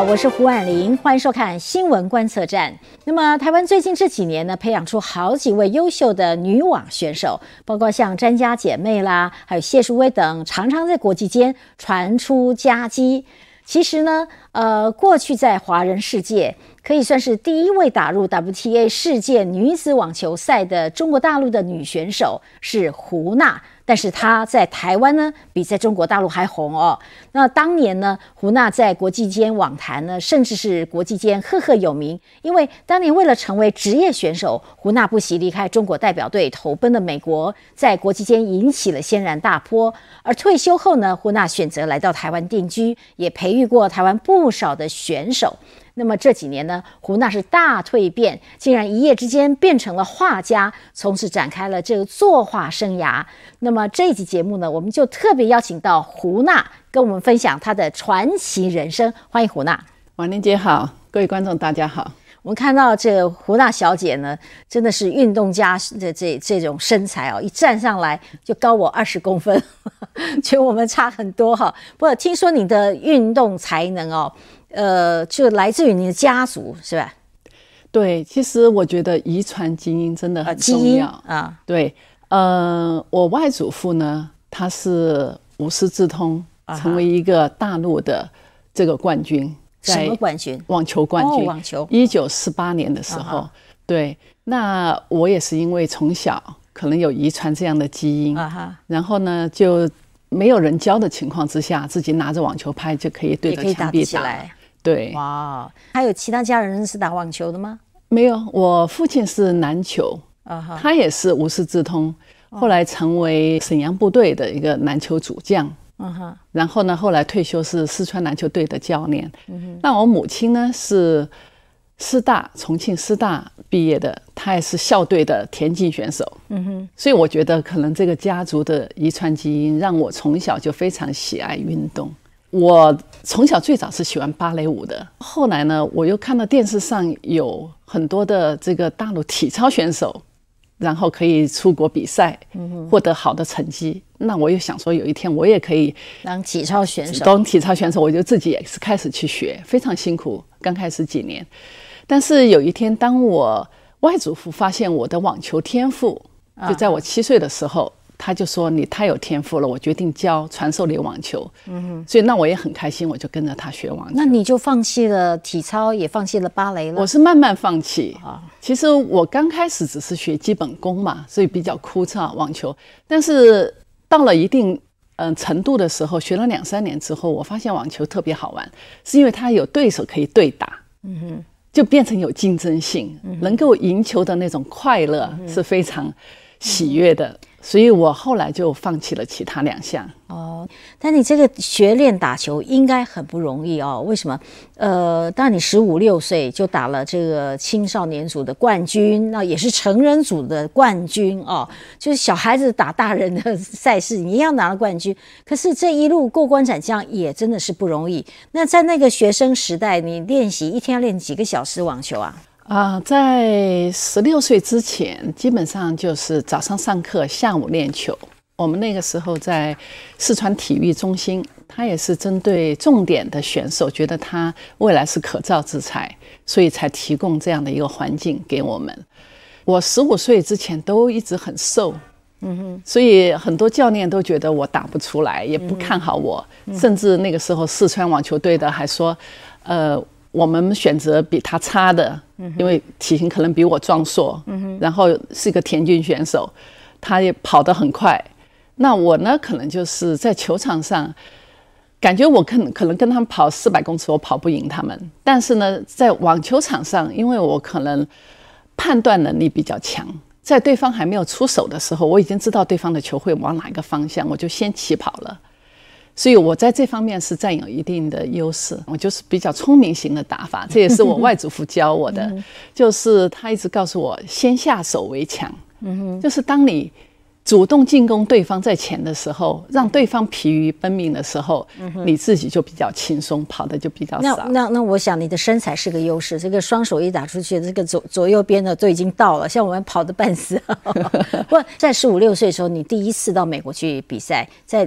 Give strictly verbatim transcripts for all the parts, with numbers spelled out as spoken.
我是胡婉玲，欢迎收看新闻观测站。那么台湾最近这几年呢，培养出好几位优秀的女网选手，包括像詹家姐妹啦，还有谢淑薇等，常常在国际间传出佳绩。其实呢，呃，过去在华人世界可以算是第一位打入 W T A 世界女子网球赛的中国大陆的女选手是胡娜。但是她在台湾呢，比在中国大陆还红哦。那当年呢，胡娜在国际间网坛呢，甚至是国际间赫赫有名。因为当年为了成为职业选手，胡娜不惜离开中国代表队，投奔了美国，在国际间引起了轩然大波。而退休后呢，胡娜选择来到台湾定居，也培育过台湾不少的选手。那么这几年呢，胡娜是大蜕变，竟然一夜之间变成了画家，从此展开了这个作画生涯。那么这一集节目呢，我们就特别邀请到胡娜跟我们分享她的传奇人生。欢迎胡娜。 婉玲姐好，各位观众大家好。 我们看到这个胡娜小姐呢，真的是运动家的这这种身材哦，一站上来就高我二十公分，觉得我们差很多哈。不过听说你的运动才能哦，呃，就来自于你的家族是吧？ 对，其实我觉得遗传基因真的很重要啊。啊对，呃，我外祖父呢，他是无师自通，成为一个大陆的这个冠军。 什么冠军？ 网球冠军。 哦，网球。 一九四八年的时候，啊、对，那我也是因为从小可能有遗传这样的基因，啊、然后呢，就没有人教的情况之下，自己拿着网球拍就可以对着墙壁打。 打对， 哇，还有其他家人是打网球的吗？ 没有，我父亲是篮球，啊、他也是无师自通，后来成为沈阳部队的一个篮球主将。Uh-huh. 然后呢，后来退休是四川篮球队的教练。Uh-huh. 那我母亲呢是师大重庆师大毕业的，她也是校队的田径选手。Uh-huh. 所以我觉得可能这个家族的遗传基因让我从小就非常喜爱运动。我从小最早是喜欢芭蕾舞的，后来呢，我又看到电视上有很多的这个大陆体操选手，然后可以出国比赛，获得好的成绩。那我又想说，有一天我也可以当体操选手。 当体操选手，我就自己也是开始去学，非常辛苦，刚开始几年。但是有一天，当我外祖父发现我的网球天赋，就在我七岁的时候，他就说：“你太有天赋了，我决定教传授你网球。”嗯哼，所以那我也很开心，我就跟着他学网球。 那你就放弃了体操，也放弃了芭蕾了？ 我是慢慢放弃啊。其实我刚开始只是学基本功嘛，所以比较枯燥网球。但是到了一定嗯、呃、程度的时候，学了两三年之后，我发现网球特别好玩，是因为它有对手可以对打。嗯哼，就变成有竞争性，嗯、能够赢球的那种快乐是非常喜悦的。嗯，所以我后来就放弃了其他两项。 哦，但你这个学练打球应该很不容易哦。为什么？呃，当你十五六岁就打了这个青少年组的冠军，那也是成人组的冠军哦。就是小孩子打大人的赛事，你一样拿了冠军。可是这一路过关斩将也真的是不容易。那在那个学生时代，你练习一天要练几个小时网球啊？ 啊、呃，在十六岁之前，基本上就是早上上课，下午练球。我们那个时候在四川体育中心，他也是针对重点的选手，觉得他未来是可造之材，所以才提供这样的一个环境给我们。我十五岁之前都一直很瘦，嗯哼，所以很多教练都觉得我打不出来，也不看好我，嗯、甚至那个时候四川网球队的还说，呃。我们选择比他差的，因为体型可能比我壮硕，嗯、然后是个田径选手，他也跑得很快。那我呢，可能就是在球场上，感觉我可能可能跟他们跑四百公尺，我跑不赢他们。但是呢，在网球场上，因为我可能判断能力比较强，在对方还没有出手的时候，我已经知道对方的球会往哪一个方向，我就先起跑了。所以我在这方面是占有一定的优势，我就是比较聪明型的打法，这也是我外祖父教我的，就是他一直告诉我先下手为强，就是当你主动进攻对方在前的时候，让对方疲于奔命的时候，你自己就比较轻松，跑的就比较少。 那那那我想你的身材是个优势，这个双手一打出去，这个左左右边的都已经到了，像我们跑得半死。不过在十五六岁的时候，你第一次到美国去比赛，在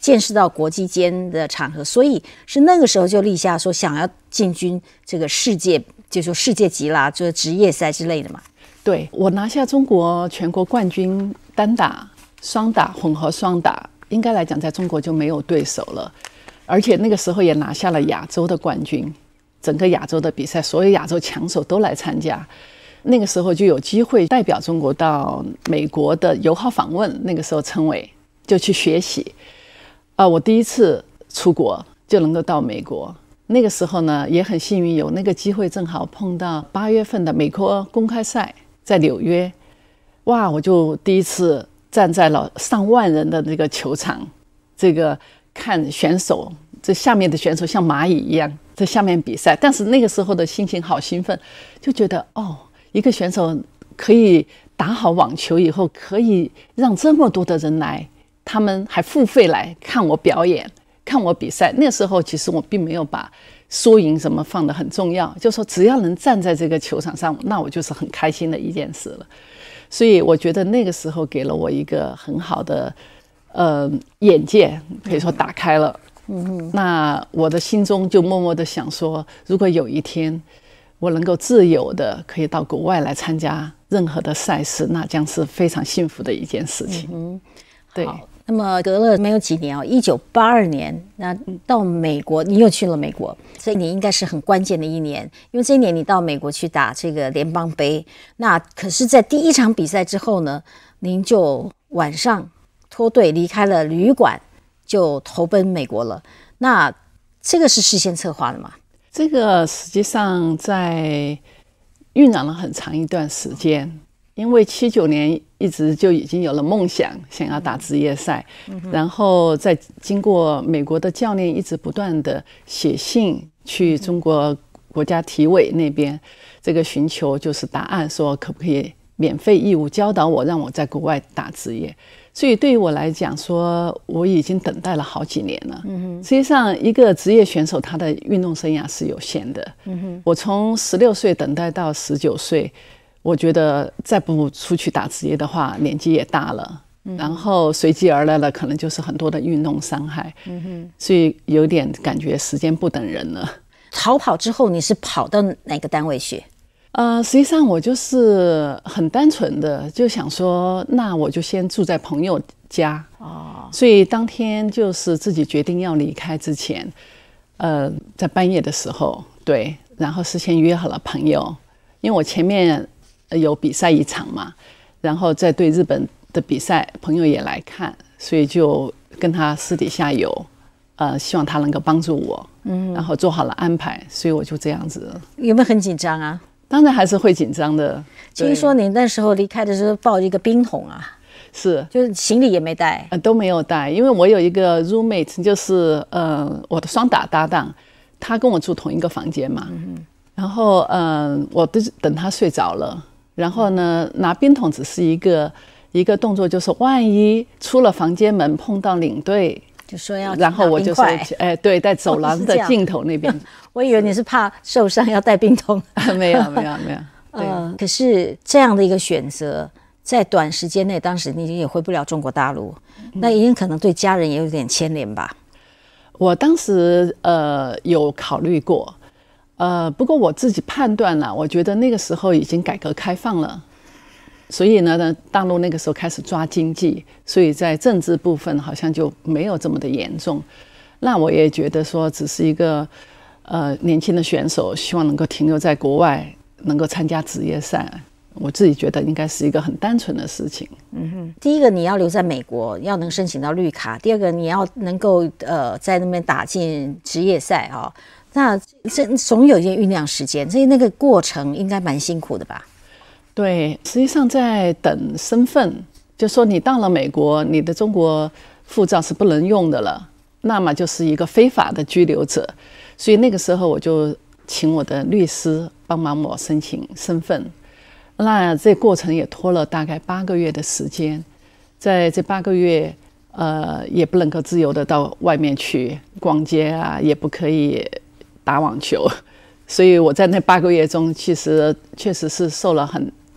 见识到国际间的场合，所以是那个时候就立下说想要进军这个世界，就说世界级啦，就是职业赛之类的嘛。 对，我拿下中国全国冠军，单打、双打、混合双打，应该来讲在中国就没有对手了，而且那个时候也拿下了亚洲的冠军，整个亚洲的比赛，所有亚洲强手都来参加。那个时候就有机会代表中国到美国的友好访问，那个时候称为就去学习。啊、呃，我第一次出国就能够到美国。那个时候呢，也很幸运有那个机会，正好碰到八月份的美国公开赛在纽约，哇！我就第一次站在了上万人的那个球场，这个看选手，这下面的选手像蚂蚁一样在下面比赛，但是那个时候的心情好兴奋，就觉得哦，一个选手可以打好网球以后，可以让这么多的人来，他们还付费来看我表演。看我比赛，那时候其实我并没有把输赢什么放得很重要，就说只要能站在这个球场上，那我就是很开心的一件事了。所以我觉得那个时候给了我一个很好的呃眼界，可以说打开了。嗯哼，那我的心中就默默的想说，如果有一天我能够自由的可以到国外来参加任何的赛事，那将是非常幸福的一件事情。嗯，对。 那么隔了没有几年哦，一九八二年，那到美国，你又去了美国，这一年应该是很关键的一年，因为这一年你到美国去打这个联邦杯。那可是，在第一场比赛之后呢，您就晚上脱队离开了旅馆，就投奔美国了。那这个是事先策划的吗？ 这个实际上在酝酿了很长一段时间。因为七九年一直就已经有了梦想，想要打职业赛，嗯、然后再经过美国的教练一直不断的写信去中国国家体委那边，这个寻求就是答案，说可不可以免费义务教导我，让我在国外打职业。所以对于我来讲说，我已经等待了好几年了。嗯、实际上，一个职业选手他的运动生涯是有限的。嗯、我从十六岁等待到十九岁。我觉得再不出去打职业的话，年纪也大了，嗯、然后随即而来的可能就是很多的运动伤害，嗯哼，所以有点感觉时间不等人了。 逃跑之后，你是跑到哪个单位去？ 呃，实际上我就是很单纯的就想说，那我就先住在朋友家哦，所以当天就是自己决定要离开之前，呃，在半夜的时候，对，然后事先约好了朋友，因为我前面。有比赛一场嘛，然后再对日本的比赛，朋友也来看，所以就跟他私底下有，呃，希望他能够帮助我，嗯，然后做好了安排，所以我就这样子。 有没有很紧张啊？ 当然还是会紧张的。 听说你那时候离开的时候抱一个冰桶啊？ 是， 就是行李也没带， 呃，都没有带，因为我有一个 roommate， 就是呃我的双打搭档，他跟我住同一个房间嘛，嗯、然后嗯、呃，我都等他睡着了。然后呢，拿冰桶只是一个一个动作，就是万一出了房间门碰到领队， 就说要， 然后我就说，哎，对，在走廊的尽头那边。 我以为你是怕受伤要带冰桶， 没有，没有，没有。 呃，可是这样的一个选择，在短时间内，当时你也回不了中国大陆，嗯、那一定可能对家人也有点牵连吧？ 我当时呃有考虑过。呃，不过我自己判断了，我觉得那个时候已经改革开放了，所以呢，大陆那个时候开始抓经济，所以在政治部分好像就没有这么的严重。那我也觉得说，只是一个呃年轻的选手，希望能够停留在国外，能够参加职业赛，我自己觉得应该是一个很单纯的事情。 嗯哼，第一个你要留在美国，要能申请到绿卡；第二个你要能够呃在那边打进职业赛啊、哦。那这总有一些酝酿时间，所以那个过程应该蛮辛苦的吧？ 对，实际上在等身份，就说你到了美国，你的中国护照是不能用的了，那么就是一个非法的居留者。所以那个时候我就请我的律师帮忙我申请身份，那这过程也拖了大概八个月的时间，在这八个月。呃，也不能够自由的到外面去逛街啊，也不可以打网球，所以我在那八个月中，其实确实是受了很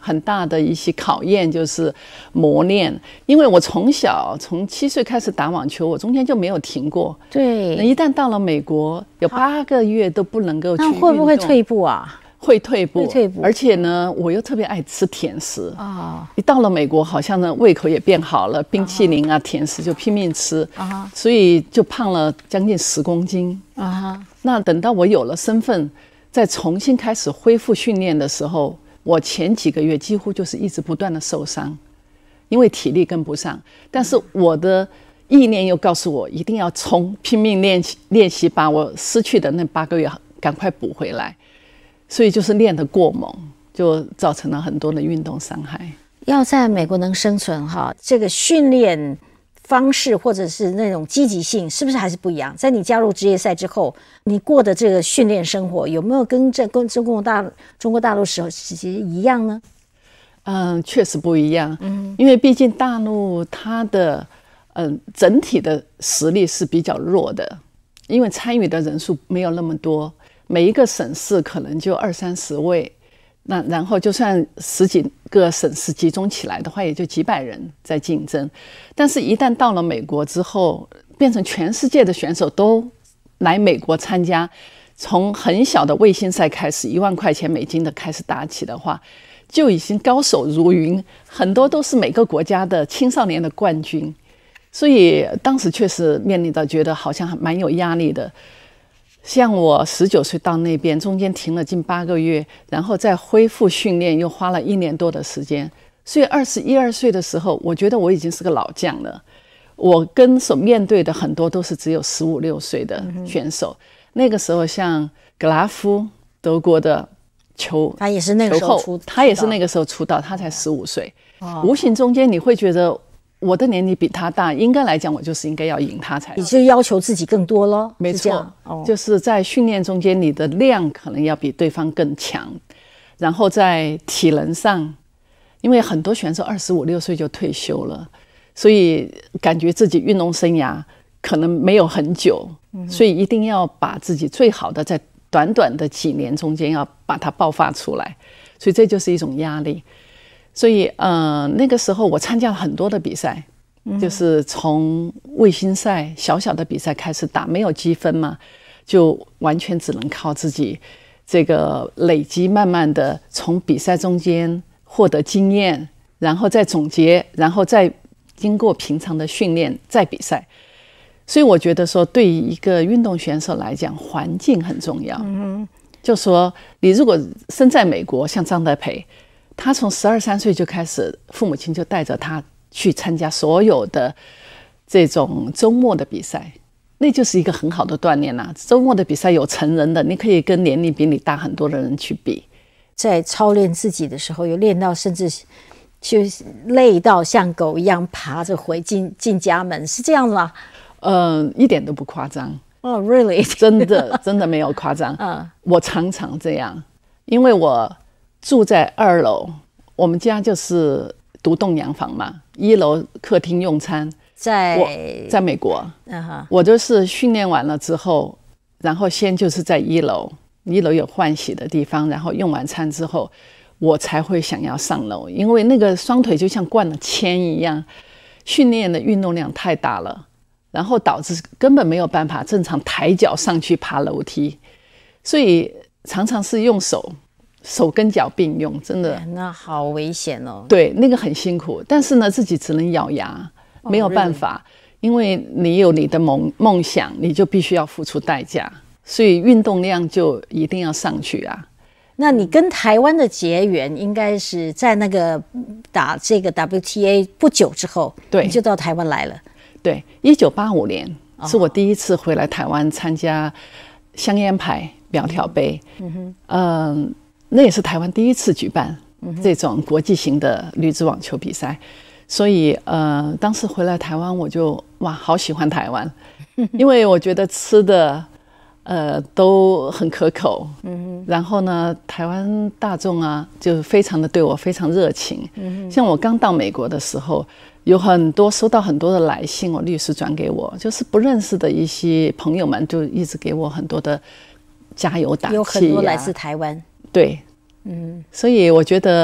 很大的一些考验，就是磨练。因为我从小从七岁开始打网球，我中间就没有停过。 对， 那一旦到了美国，有八个月都不能够去运动， 那会不会退步啊？ 会退步， 会退步。 而且呢，我又特别爱吃甜食啊、哦。 一到了美国，好像呢胃口也变好了，冰淇淋啊、甜食就拼命吃啊，所以就胖了将近十公斤啊。那等到我有了身份，再重新开始恢复训练的时候，我前几个月几乎就是一直不断的受伤，因为体力跟不上。但是我的意念又告诉我，一定要冲，拼命练习练习，把我失去的那八个月赶快补回来。所以就是练得过猛，就造成了很多的运动伤害。 要在美国能生存哈，这个训练方式或者是那种积极性，是不是还是不一样？在你加入职业赛之后，你过的这个训练生活有没有跟这跟中国大中国大陆时候其实一样呢？ 嗯，确实不一样。嗯，因为毕竟大陆它的嗯整体的实力是比较弱的，因为参与的人数没有那么多。每一个省市可能就二三十位，那然后就算十几个省市集中起来的话，也就几百人在竞争。但是，一旦到了美国之后，变成全世界的选手都来美国参加，从很小的卫星赛开始，一万块钱美金的开始打起的话，就已经高手如云，很多都是每个国家的青少年的冠军。所以当时确实面临到觉得好像蛮有压力的。像我十九岁到那边，中间停了近八个月，然后再恢复训练，又花了一年多的时间。所以二十一二岁的时候，我觉得我已经是个老将了。我跟所面对的很多都是只有十五六岁的选手。嗯、那个时候，像格拉夫，德国的球， 他也是那个时候出， 他也是那个时候出道，他才十五岁。哦、无形中间你会觉得，我的年龄比他大，应该来讲我就是应该要赢他才。 你就要求自己更多咯。 没错、哦、就是在训练中间你的量可能要比对方更强，然后在体能上，因为很多选手二十五六岁就退休了，所以感觉自己运动生涯可能没有很久、嗯、所以一定要把自己最好的在短短的几年中间要把它爆发出来，所以这就是一种压力。所以呃，那个时候我参加了很多的比赛、嗯、就是从卫星赛小小的比赛开始打，没有积分嘛，就完全只能靠自己这个累积，慢慢的从比赛中间获得经验，然后再总结，然后再经过平常的训练再比赛。所以我觉得说，对于一个运动选手来讲，环境很重要。嗯，就说你如果生在美国，像张德培，他从十二三岁就开始，父母亲就带着他去参加所有的这种周末的比赛，那就是一个很好的锻炼啦。周末的比赛有成人的，你可以跟年龄比你大很多的人去比。 在操练自己的时候，有练到甚至就累到像狗一样爬着回进进家门，是这样子吗？ 嗯、呃，一点都不夸张。 哦、oh, ，really？ 真的真的没有夸张。嗯，我常常这样，因为我住在二楼，我们家就是独栋洋房嘛，一楼客厅用餐。 在在美国， 嗯哼， 我就是训练完了之后，然后先就是在一楼，一楼有换洗的地方，然后用完餐之后，我才会想要上楼，因为那个双腿就像灌了铅一样，训练的运动量太大了，然后导致根本没有办法正常抬脚上去爬楼梯，所以常常是用手。手跟脚并用，真的那好危险哦。 对，那个很辛苦，但是呢，自己只能咬牙，没有办法， oh, really? 因为你有你的梦梦想，你就必须要付出代价，所以运动量就一定要上去啊。 那你跟台湾的结缘，应该是在那个打这个 W T A 不久之后，对，你就到台湾来了。 对，一九八五年是我第一次回来台湾参加香烟牌苗条杯，嗯哼，嗯。那也是台湾第一次举办这种国际型的女子网球比赛，所以呃，当时回来台湾我就哇，好喜欢台湾，因为我觉得吃的呃都很可口，嗯，然后呢，台湾大众啊就非常的对我非常热情，嗯，像我刚到美国的时候，有很多收到很多的来信，我律师转给我，就是不认识的一些朋友们就一直给我很多的加油打气，啊， 有很多来自台湾。 对，嗯，所以我觉得，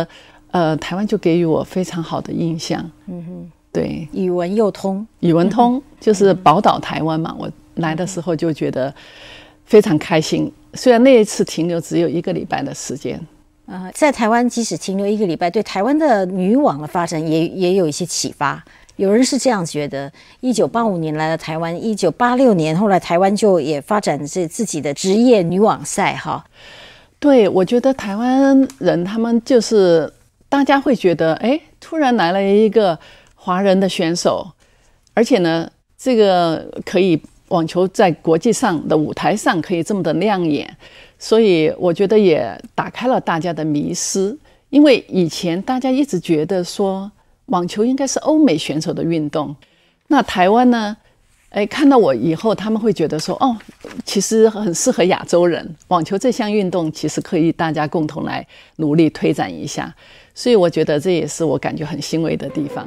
呃，台湾就给予我非常好的印象。嗯哼，对， 语文又通， 语文通、嗯、就是宝岛台湾嘛。我来的时候就觉得非常开心，虽然那一次停留只有一个礼拜的时间。 呃，在台湾即使停留一个礼拜，对台湾的女网的发展也也有一些启发。有人是这样觉得，一九八五年来了台湾，一九八六年后来台湾就也发展自自己的职业女网赛哈。 对，我觉得台湾人他们就是大家会觉得，哎，突然来了一个华人的选手，而且呢，这个可以网球在国际上的舞台上可以这么的亮眼，所以我觉得也打开了大家的迷思。因为以前大家一直觉得说网球应该是欧美选手的运动，那台湾呢，哎，看到我以后他们会觉得说，哦，其实很适合亚洲人，网球这项运动其实可以大家共同来努力推展一下，所以我觉得这也是我感觉很欣慰的地方。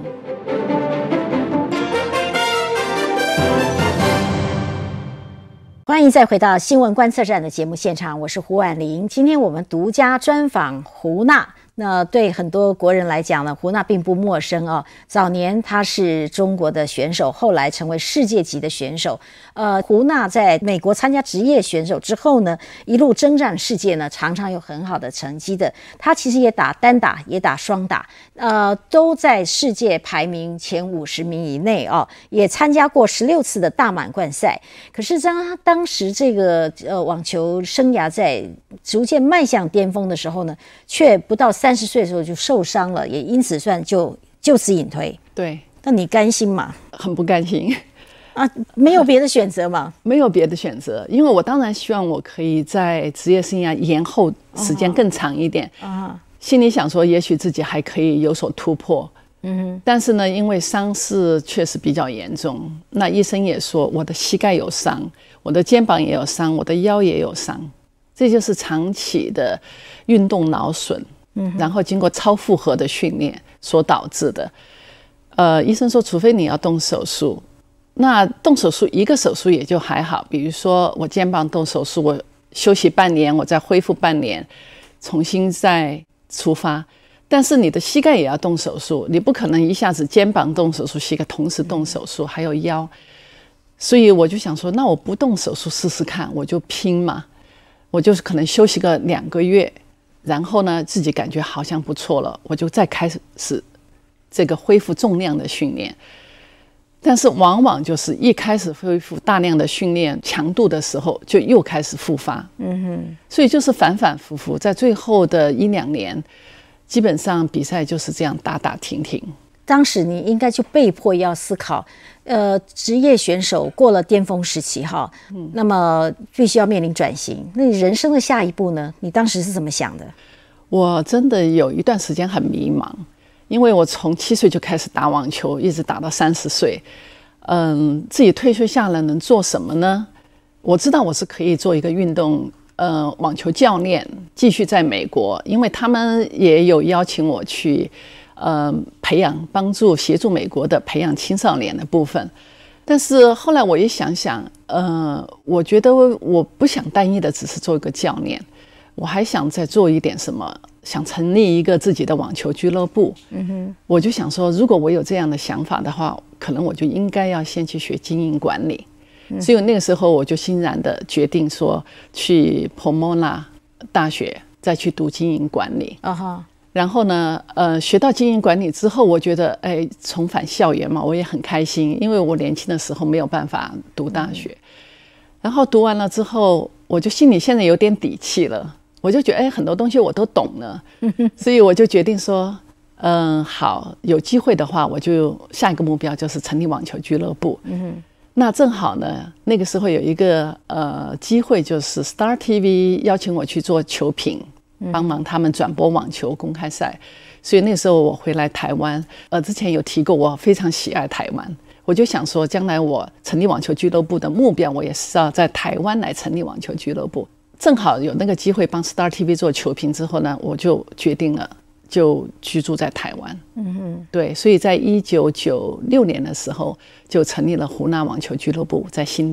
欢迎再回到新闻观测站的节目现场，我是胡婉玲。今天我们独家专访胡娜。那对很多国人来讲呢，胡娜并不陌生哦。早年她是中国的选手，后来成为世界级的选手。呃，胡娜在美国参加职业选手之后呢，一路征战世界呢，常常有很好的成绩的。她其实也打单打，也打双打，呃，都在世界排名前五十名以内哦。也参加过十六次的大满贯赛。可是当当时这个呃网球生涯在逐渐迈向巅峰的时候呢，却不到三十岁的时候就受伤了，也因此算就就此隐退。 对， 那你甘心吗？ 很不甘心啊，没有别的选择吗？ 没有别的选择，因为我当然希望我可以在职业生涯延后时间更长一点。啊、uh-huh. 心里想说，也许自己还可以有所突破。嗯哼，但是呢，因为伤势确实比较严重，那医生也说我的膝盖有伤，我的肩膀也有伤，我的腰也有伤，这就是长期的运动劳损。嗯，然后经过超负荷的训练所导致的。呃，医生说，除非你要动手术，那动手术一个手术也就还好，比如说我肩膀动手术，我休息半年，我再恢复半年，重新再出发。但是你的膝盖也要动手术，你不可能一下子肩膀动手术，膝盖同时动手术，还有腰。所以我就想说，那我不动手术试试看，我就拼嘛，我就是可能休息个两个月。然后呢，自己感觉好像不错了，我就再开始这个恢复重量的训练。但是往往就是一开始恢复大量的训练强度的时候，就又开始复发。嗯哼，所以就是反反复复，在最后的一两年，基本上比赛就是这样打打停停。 当时你应该就被迫要思考，呃，职业选手过了巅峰时期哈，嗯，那么必须要面临转型。那你人生的下一步呢？你当时是怎么想的？ 我真的有一段时间很迷茫，因为我从七岁就开始打网球，一直打到三十岁。嗯，自己退休下来能做什么呢？我知道我是可以做一个运动，呃，网球教练，继续在美国，因为他们也有邀请我去。呃，培养帮助协助美国的培养青少年的部分，但是后来我一想想，呃，我觉得我不想单一的只是做一个教练，我还想再做一点什么，想成立一个自己的网球俱乐部。嗯哼，我就想说，如果我有这样的想法的话，可能我就应该要先去学经营管理。嗯、所以那个时候我就欣然的决定说，去 Pomona 大学再去读经营管理。啊哈。然后呢，呃，学到经营管理之后，我觉得，哎，重返校园嘛，我也很开心，因为我年轻的时候没有办法读大学。嗯、然后读完了之后，我就心里现在有点底气了，我就觉得，哎，很多东西我都懂了，所以我就决定说，嗯，好，有机会的话，我就下一个目标就是成立网球俱乐部。嗯、那正好呢，那个时候有一个呃机会，就是 Star T V 邀请我去做球评。帮忙他们转播网球公开赛，所以那时候我回来台湾，呃，之前有提过我非常喜爱台湾，我就想说，将来我成立网球俱乐部的目标，我也是要在台湾来成立网球俱乐部。正好有那个机会帮 Star T V 做球评之后呢，我就决定了，就居住在台湾。嗯哼，对，所以在一九九六年的时候，就成立了胡娜网球俱乐部，在新店。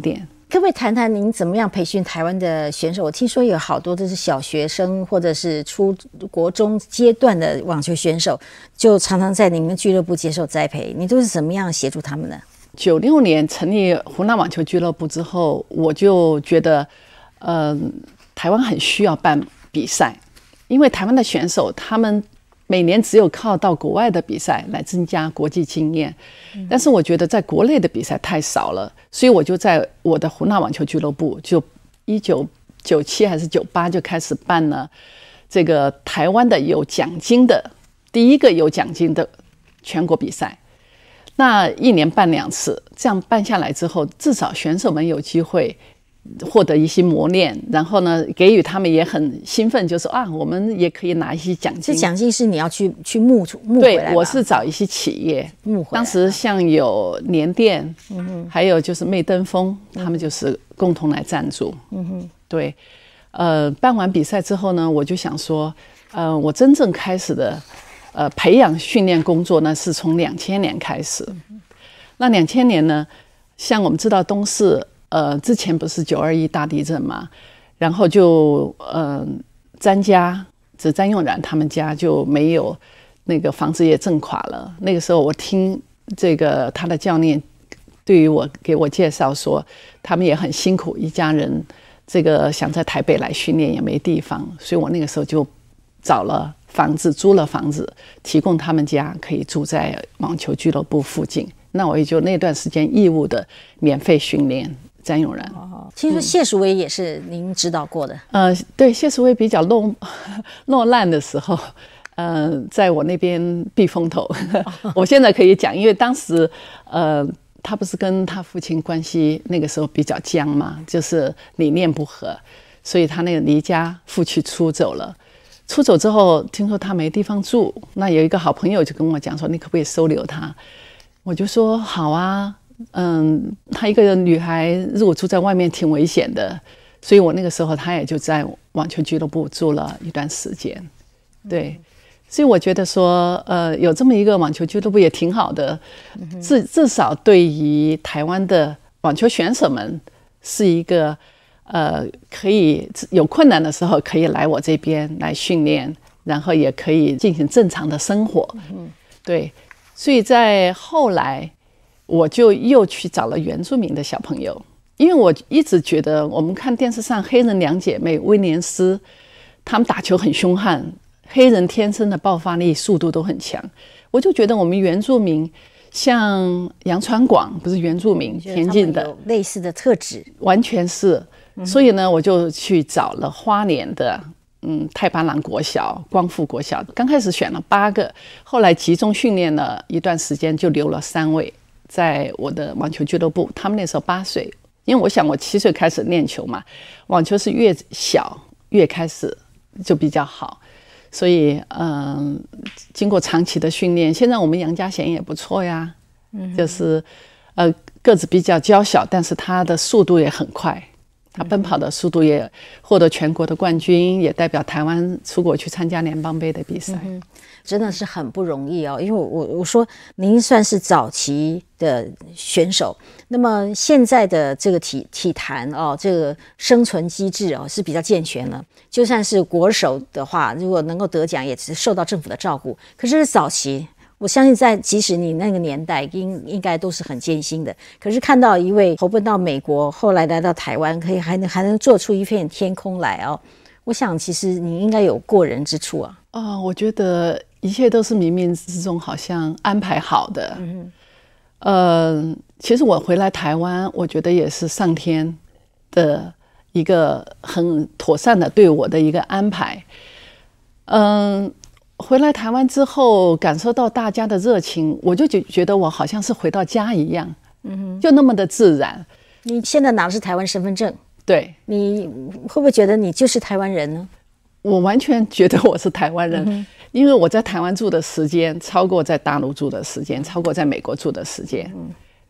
可不可以谈谈您怎么样培训台湾的选手？我听说有好多都是小学生或者是初国中阶段的网球选手，就常常在你们俱乐部接受栽培，你都是怎么样协助他们呢？ 九六年成立湖南网球俱乐部之后，我就觉得，呃，台湾很需要办比赛，因为台湾的选手他们每年只有靠到国外的比赛来增加国际经验，但是我觉得在国内的比赛太少了，所以我就在我的湖南网球俱乐部，就一九九七还是九八就开始办了这个台湾的有奖金的第一个有奖金的全国比赛。那一年办两次，这样办下来之后，至少选手们有机会获得一些磨练，然后呢，给予他们也很兴奋，就是啊，我们也可以拿一些奖金。 这奖金是你要去去募募回来吧？ 对，我是找一些企业募回来。 当时像有联电，嗯、还有就是媚登峰，嗯、他们就是共同来赞助。嗯哼，对，呃，办完比赛之后呢，我就想说，呃，我真正开始的呃培养训练工作呢，是从两千年开始。嗯、那两千年呢，像我们知道东市。呃，之前不是九二一大地震嘛，然后就呃，詹家，这詹用然他们家就没有那个房子也震垮了。那个时候我听这个他的教练对于我给我介绍说，他们也很辛苦，一家人这个想在台北来训练也没地方，所以我那个时候就找了房子，租了房子，提供他们家可以住在网球俱乐部附近。那我也就那段时间义务的免费训练。詹永然， 哦，听说谢淑薇也是您指导过的。 嗯、呃，对，谢淑薇比较落落难的时候，呃，在我那边避风头。我现在可以讲，因为当时，呃，他不是跟他父亲关系那个时候比较僵嘛，就是理念不合，所以他那个离家父去出走了。出走之后，听说他没地方住，那有一个好朋友就跟我讲说，你可不可以收留他？我就说好啊。嗯，她一个女孩如果住在外面挺危险的，所以我那个时候她也就在网球俱乐部住了一段时间。对，所以我觉得说，呃，有这么一个网球俱乐部也挺好的，至至少对于台湾的网球选手们是一个呃，可以有困难的时候可以来我这边来训练，然后也可以进行正常的生活。对，所以在后来。我就又去找了原住民的小朋友，因为我一直觉得我们看电视上黑人两姐妹威廉斯，她们打球很凶悍，黑人天生的爆发力、速度都很强。我就觉得我们原住民，像杨传广不是原住民田径的， 有类似的特质， 完全是。所以呢，我就去找了花莲的。嗯，太巴郎国小、光复国小，刚开始选了八个，后来集中训练了一段时间，就留了三位。在我的网球俱乐部，他们那时候八岁，因为我想我七岁开始练球嘛，网球是越小越开始就比较好，所以嗯，经过长期的训练，现在我们杨家贤也不错呀，嗯，就是呃个子比较娇小，但是他的速度也很快，他奔跑的速度也获得全国的冠军，也代表台湾出国去参加联邦杯的比赛。嗯， 真的是很不容易哦，因为我我说您算是早期的选手，那么现在的这个体体坛哦，这个生存机制哦是比较健全了。就算是国手的话，如果能够得奖，也是受到政府的照顾。可是早期，我相信在即使你那个年代，应应该都是很艰辛的。可是看到一位投奔到美国，后来来到台湾，可以还能还能做出一片天空来哦。我想其实你应该有过人之处啊。 哦，我觉得一切都是冥冥之中好像安排好的。嗯，呃，其实我回来台湾，我觉得也是上天的一个很妥善的对我的一个安排。嗯，回来台湾之后，感受到大家的热情，我就觉得我好像是回到家一样。嗯，就那么的自然。 你现在拿的是台湾身份证，对，你会不会觉得你就是台湾人呢？ 我完全觉得我是台湾人，嗯，因为我在台湾住的时间超过在大陆住的时间，超过在美国住的时间。嗯，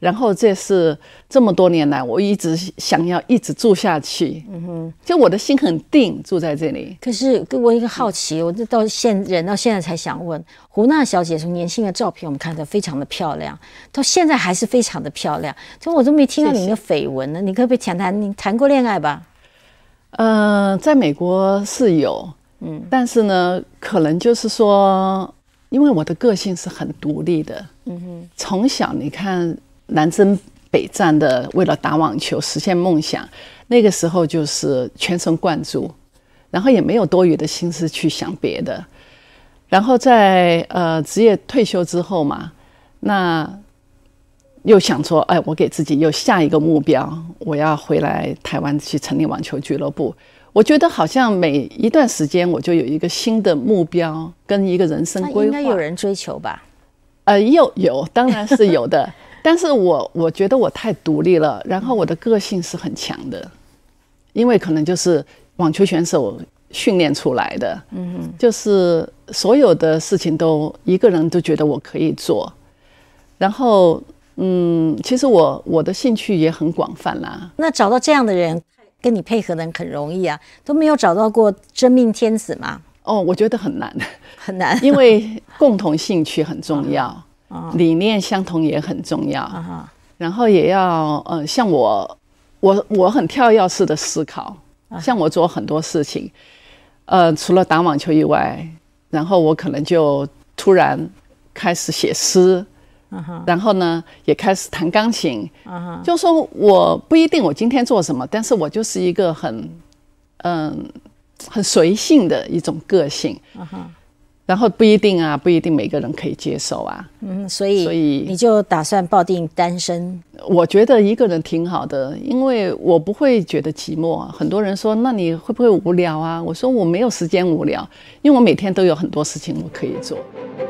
然后这是这么多年来我一直想要一直住下去，嗯哼，就我的心很定，住在这里。 可是我一个好奇，我到现人到现在才想问，胡娜小姐从年轻的照片我们看得非常的漂亮，到现在还是非常的漂亮，就我都没听到你的绯闻呢。你可不可以谈谈你谈过恋爱吧？ 呃，在美国是有，嗯，但是呢，可能就是说，因为我的个性是很独立的，嗯哼，从小你看。南征北战的，为了打网球实现梦想，那个时候就是全神贯注，然后也没有多余的心思去想别的。然后在呃职业退休之后嘛，那又想说，哎，我给自己又下一个目标，我要回来台湾去成立网球俱乐部。我觉得好像每一段时间我就有一个新的目标跟一个人生规划。 应该有人追求吧？ 呃，有有，当然是有的。但是我我觉得我太独立了，然后我的个性是很强的，因为可能就是网球选手训练出来的，嗯哼，就是所有的事情都一个人都觉得我可以做，然后嗯，其实我我的兴趣也很广泛啦。 那找到这样的人跟你配合的人很容易啊，都没有找到过真命天子吗？ 哦，我觉得很难， 很难， 因为共同兴趣很重要。理念相同也很重要， uh-huh. 然后也要呃，像我，我我很跳跃式的思考， uh-huh. 像我做很多事情，呃，除了打网球以外，然后我可能就突然开始写诗， uh-huh. 然后呢也开始弹钢琴， uh-huh. 就说我不一定我今天做什么，但是我就是一个很嗯、呃、很随性的一种个性。Uh-huh.然后不一定啊，不一定每个人可以接受啊。 嗯，所以所以你就打算抱定单身？ 我觉得一个人挺好的，因为我不会觉得寂寞。很多人说，那你会不会无聊啊？我说我没有时间无聊，因为我每天都有很多事情我可以做。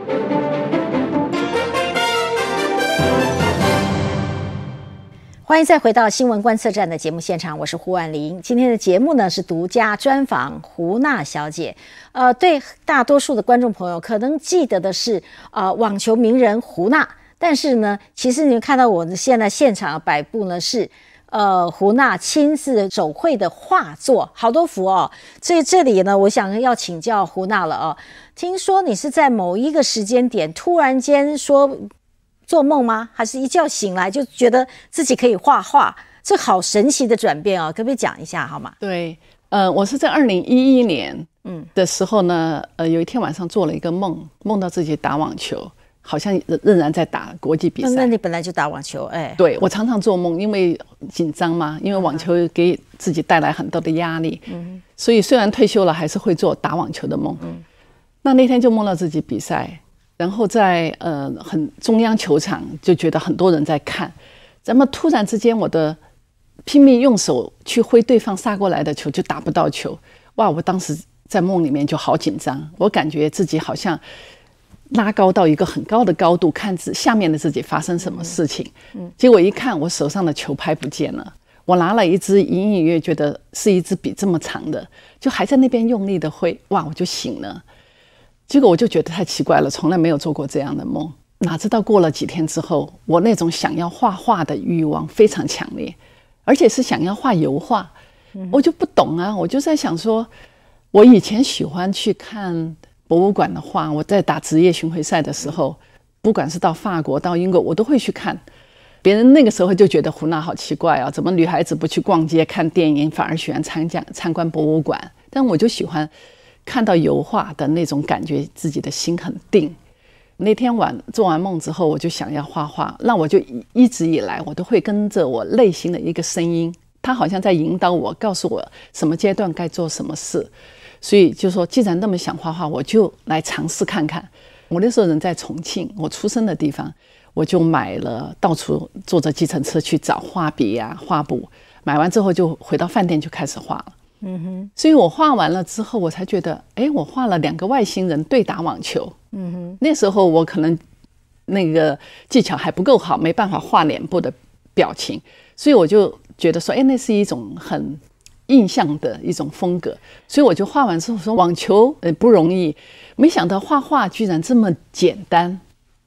欢迎再回到新闻观测站的节目现场，我是胡婉玲。今天的节目呢是独家专访胡娜小姐。呃，对大多数的观众朋友可能记得的是呃网球名人胡娜，但是呢，其实你们看到我现在现场的摆布呢是呃胡娜亲自手绘的画作，好多幅哦。所以这里呢，我想要请教胡娜了哦。听说你是在某一个时间点突然间说。做梦吗？还是一觉醒来就觉得自己可以画画？这好神奇的转变哦，可不可以讲一下好吗？ 对，呃，我是在二零一一年嗯的时候呢，呃，有一天晚上做了一个梦，梦到自己打网球，好像仍然在打国际比赛。 那你本来就打网球，哎， 对，我常常做梦，因为紧张嘛，因为网球给自己带来很多的压力，嗯，所以虽然退休了，还是会做打网球的梦。嗯，那那天就梦到自己比赛。然后在呃很中央球场就觉得很多人在看，咱们突然之间我的拼命用手去挥对方杀过来的球就打不到球，哇！我当时在梦里面就好紧张，我感觉自己好像拉高到一个很高的高度，看下面的自己发生什么事情。嗯，结果一看我手上的球拍不见了，我拿了一支隐隐约觉得是一支笔这么长的，就还在那边用力的挥，哇！我就醒了。结果我就觉得太奇怪了，从来没有做过这样的梦。哪知道过了几天之后，我那种想要画画的欲望非常强烈，而且是想要画油画。我就不懂啊，我就在想说，我以前喜欢去看博物馆的画，我在打职业巡回赛的时候，不管是到法国到英国，我都会去看。别人那个时候就觉得胡娜好奇怪啊，怎么女孩子不去逛街看电影，反而喜欢参加参观博物馆？但我就喜欢看到油画的那种感觉，自己的心很定。那天晚做完梦之后，我就想要画画，那我就一直以来我都会跟着我内心的一个声音，它好像在引导我，告诉我什么阶段该做什么事。所以就说既然那么想画画，我就来尝试看看。我那时候人在重庆，我出生的地方，我就买了，到处坐着计程车去找画笔啊画布，买完之后就回到饭店就开始画了。嗯哼，所以我画完了之后，我才觉得，哎，我画了两个外星人对打网球。嗯哼，那时候我可能那个技巧还不够好，没办法画脸部的表情，所以我就觉得说，哎，那是一种很印象的一种风格。所以我就画完之后说，网球呃不容易，没想到画画居然这么简单。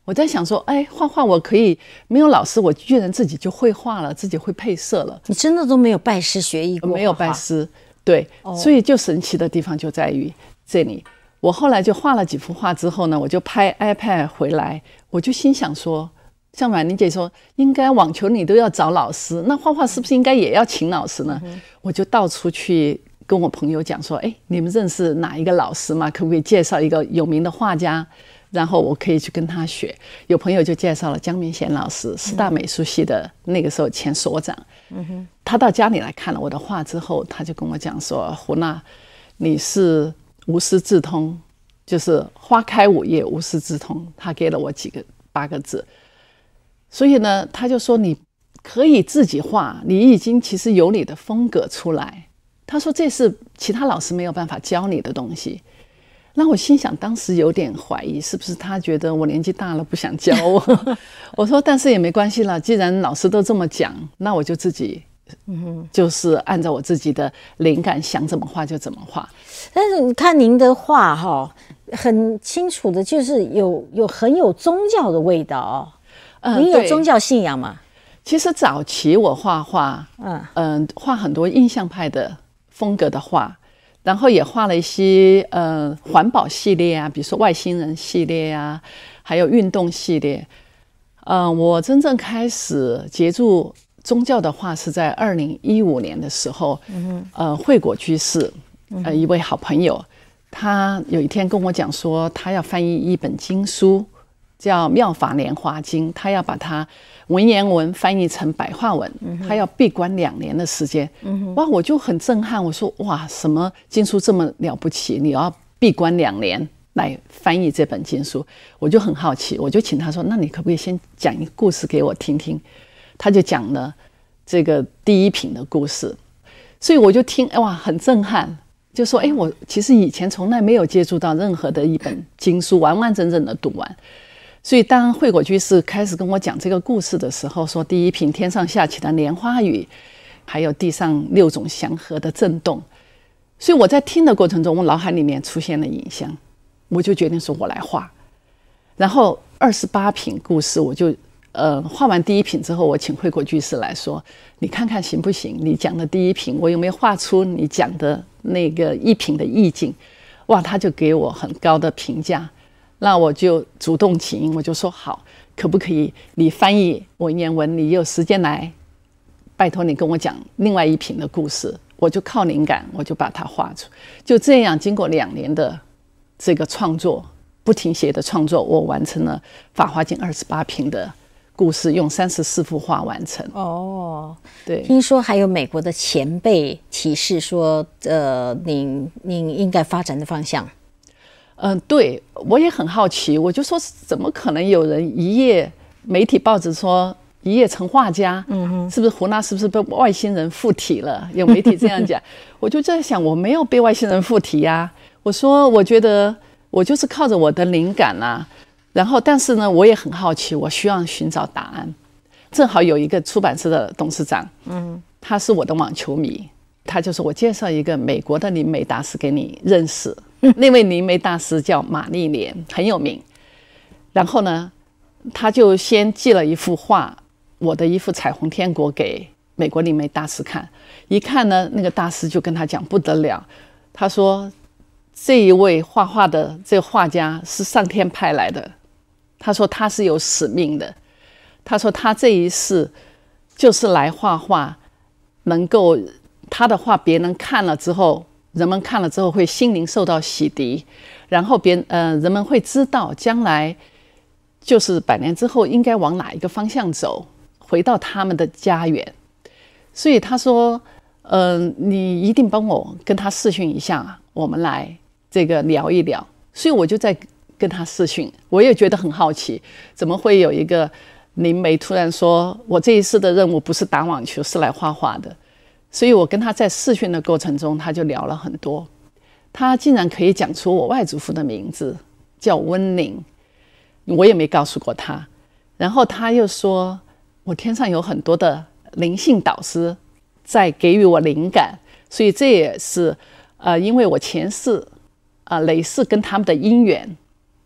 我在想说，哎，画画我可以没有老师，我居然自己就会画了，自己会配色了。 你真的都没有拜师学艺过？ 没有拜师，对、哦，所以就神奇的地方就在于这里。我后来就画了几幅画之后呢，我就拍 iPad 回来，我就心想说，像阮玲姐说，应该网球你都要找老师，那画画是不是应该也要请老师呢？嗯、我就到处去跟我朋友讲说，哎，你们认识哪一个老师吗？可不可以介绍一个有名的画家？然后我可以去跟他学。有朋友就介绍了江明贤老师，师大美术系的那个时候前所长。嗯哼，他到家里来看了我的画之后，他就跟我讲说：“胡娜，你是无师自通，就是花开五叶，无师自通。”他给了我几个八个字。所以呢，他就说你可以自己画，你已经其实有你的风格出来。他说这是其他老师没有办法教你的东西。那我心想，当时有点怀疑，是不是他觉得我年纪大了不想教我？我说，但是也没关系了，既然老师都这么讲，那我就自己，嗯，就是按照我自己的灵感想怎么画就怎么画。 但是你看您的画哈，很清楚的，就是有有很有宗教的味道哦。嗯，您有宗教信仰吗？ 其实早期我画画，嗯嗯、呃，画很多印象派的风格的画。然后也画了一些呃环保系列啊，比如说外星人系列啊，还有运动系列。呃，我真正开始接触宗教的画是在二零一五年的时候，嗯、呃，惠果居士，呃，一位好朋友，他有一天跟我讲说，他要翻译一本经书，叫《妙法莲华经》，他要把它文言文翻译成白话文，他要闭关两年的时间。哇，我就很震撼，我说哇，什么经书这么了不起？你要闭关两年来翻译这本经书，我就很好奇，我就请他说，那你可不可以先讲一个故事给我听听？他就讲了这个第一品的故事，所以我就听，哇，很震撼。就说，哎，我其实以前从来没有接触到任何的一本经书，完完整整的读完。所以当惠果居士开始跟我讲这个故事的时候，说第一品天上下起的莲花雨，还有地上六种祥和的震动，所以我在听的过程中，我脑海里面出现了影像，我就决定说我来画。然后二十八品故事，我就呃画完第一品之后，我请惠果居士来说，你看看行不行？你讲的第一品，我有没有画出你讲的那个一品的意境？哇，他就给我很高的评价。那我就主动请缨，我就说好，可不可以你翻译文言文，你有时间来，拜托你跟我讲另外一品的故事，我就靠灵感，我就把它画出。就这样，经过两年的这个创作，不停歇的创作，我完成了《法华经》二十八品的故事，用三十四幅画完成。 哦， 对， 听说还有美国的前辈提示说，呃，您您应该发展的方向。 嗯，对，我也很好奇，我就说怎么可能有人一夜媒体报纸说一夜成画家？嗯哼，是不是胡娜是不是被外星人附体了？有媒体这样讲，我就在想，我没有被外星人附体呀、啊。我说，我觉得我就是靠着我的灵感啊，然后但是呢，我也很好奇，我需要寻找答案。正好有一个出版社的董事长，嗯，他是我的网球迷，他就说我介绍一个美国的灵媒大师给你认识。那位灵媒大师叫玛丽莲，很有名。然后呢，他就先寄了一幅画，我的一幅彩虹天国给美国灵媒大师看。一看呢，那个大师就跟他讲不得了，他说这一位画画的这个画家是上天派来的，他说他是有使命的，他说他这一世就是来画画，能够他的画别人看了之后，人们看了之后会心灵受到洗涤，然后别呃人们会知道将来就是百年之后应该往哪一个方向走，回到他们的家园。所以他说，呃，你一定帮我跟他视讯一下，我们来这个聊一聊。所以我就在跟他视讯，我也觉得很好奇，怎么会有一个灵媒突然说我这一次的任务不是打网球，是来画画的。所以我跟他在视讯的过程中，他就聊了很多。他竟然可以讲出我外祖父的名字叫温宁，我也没告诉过他。然后他又说，我天上有很多的灵性导师在给予我灵感，所以这也是呃，因为我前世啊、呃、累世跟他们的因缘，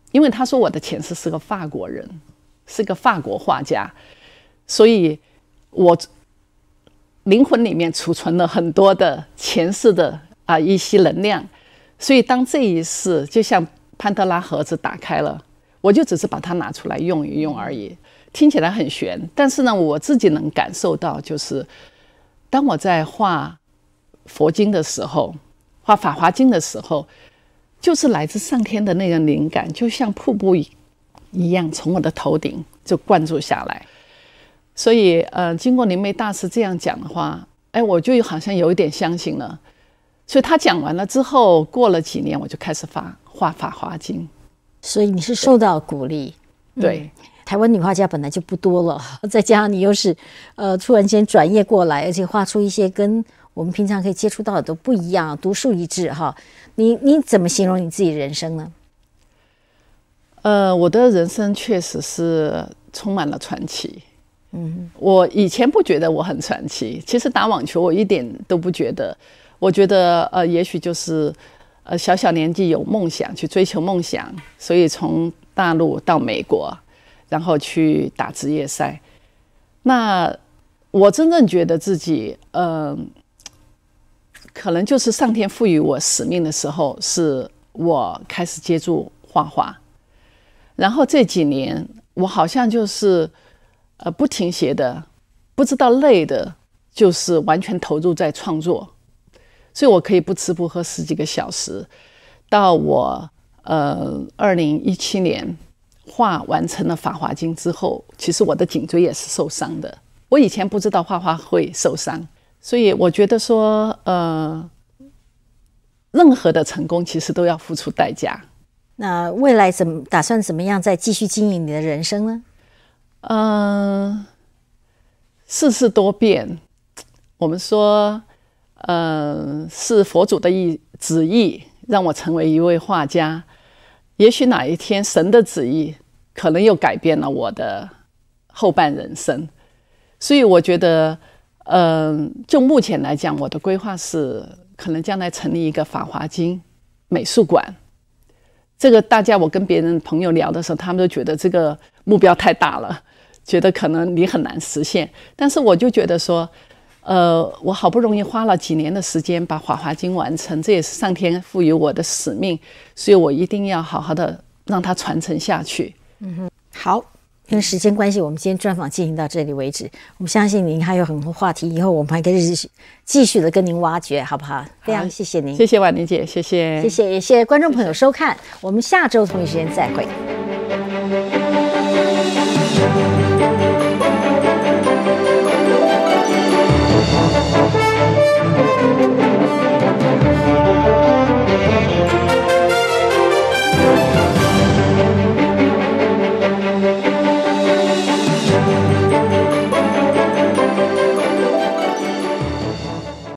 因为他说我的前世是个法国人，是个法国画家，所以我灵魂里面储存了很多的前世的啊、呃、一些能量，所以当这一世就像潘多拉盒子打开了，我就只是把它拿出来用一用而已。听起来很玄，但是呢，我自己能感受到，就是当我在画佛经的时候，画法华经的时候，就是来自上天的那个灵感，就像瀑布一样，从我的头顶就灌注下来。所以，呃，经过灵媒大师这样讲的话，哎，我就好像有一点相信了。所以他讲完了之后，过了几年，我就开始画画法华经。 所以你是受到鼓励， 对。 嗯，台湾女画家本来就不多了，再加上你又是呃突然间转业过来，而且画出一些跟我们平常可以接触到的都不一样，独树一帜哈。你你怎么形容你自己人生呢？ 呃，我的人生确实是充满了传奇。嗯，我以前不觉得我很传奇，其实打网球我一点都不觉得。我觉得呃，也许就是呃小小年纪有梦想，去追求梦想，所以从大陆到美国，然后去打职业赛。那我真正觉得自己，呃，可能就是上天赋予我使命的时候，是我开始接触画画。然后这几年，我好像就是呃不停歇的，不知道累的，就是完全投入在创作。所以我可以不吃不喝十几个小时。到我呃二零一七年画完成了《法华经》之后，其实我的颈椎也是受伤的。我以前不知道画画会受伤，所以我觉得说，呃，任何的成功其实都要付出代价。 那未来怎么打算怎么样再继续经营你的人生呢？ 嗯、呃，世事多变。我们说，呃，是佛祖的意旨意让我成为一位画家。也许哪一天神的旨意可能又改变了我的后半人生。所以我觉得，嗯、呃，就目前来讲，我的规划是可能将来成立一个法华经美术馆。这个大家我跟别人朋友聊的时候，他们都觉得这个目标太大了，觉得可能你很难实现。但是我就觉得说，呃，我好不容易花了几年的时间把《法华经》完成，这也是上天赋予我的使命，所以我一定要好好的让它传承下去。 嗯哼，好。因为时间关系，我们今天专访进行到这里为止。我们相信您还有很多话题，以后我们还可以继续的跟您挖掘，好不好？非常谢谢您， 谢谢婉玲姐，谢谢， 谢谢，也谢谢观众朋友收看，我们下周同一时间再会。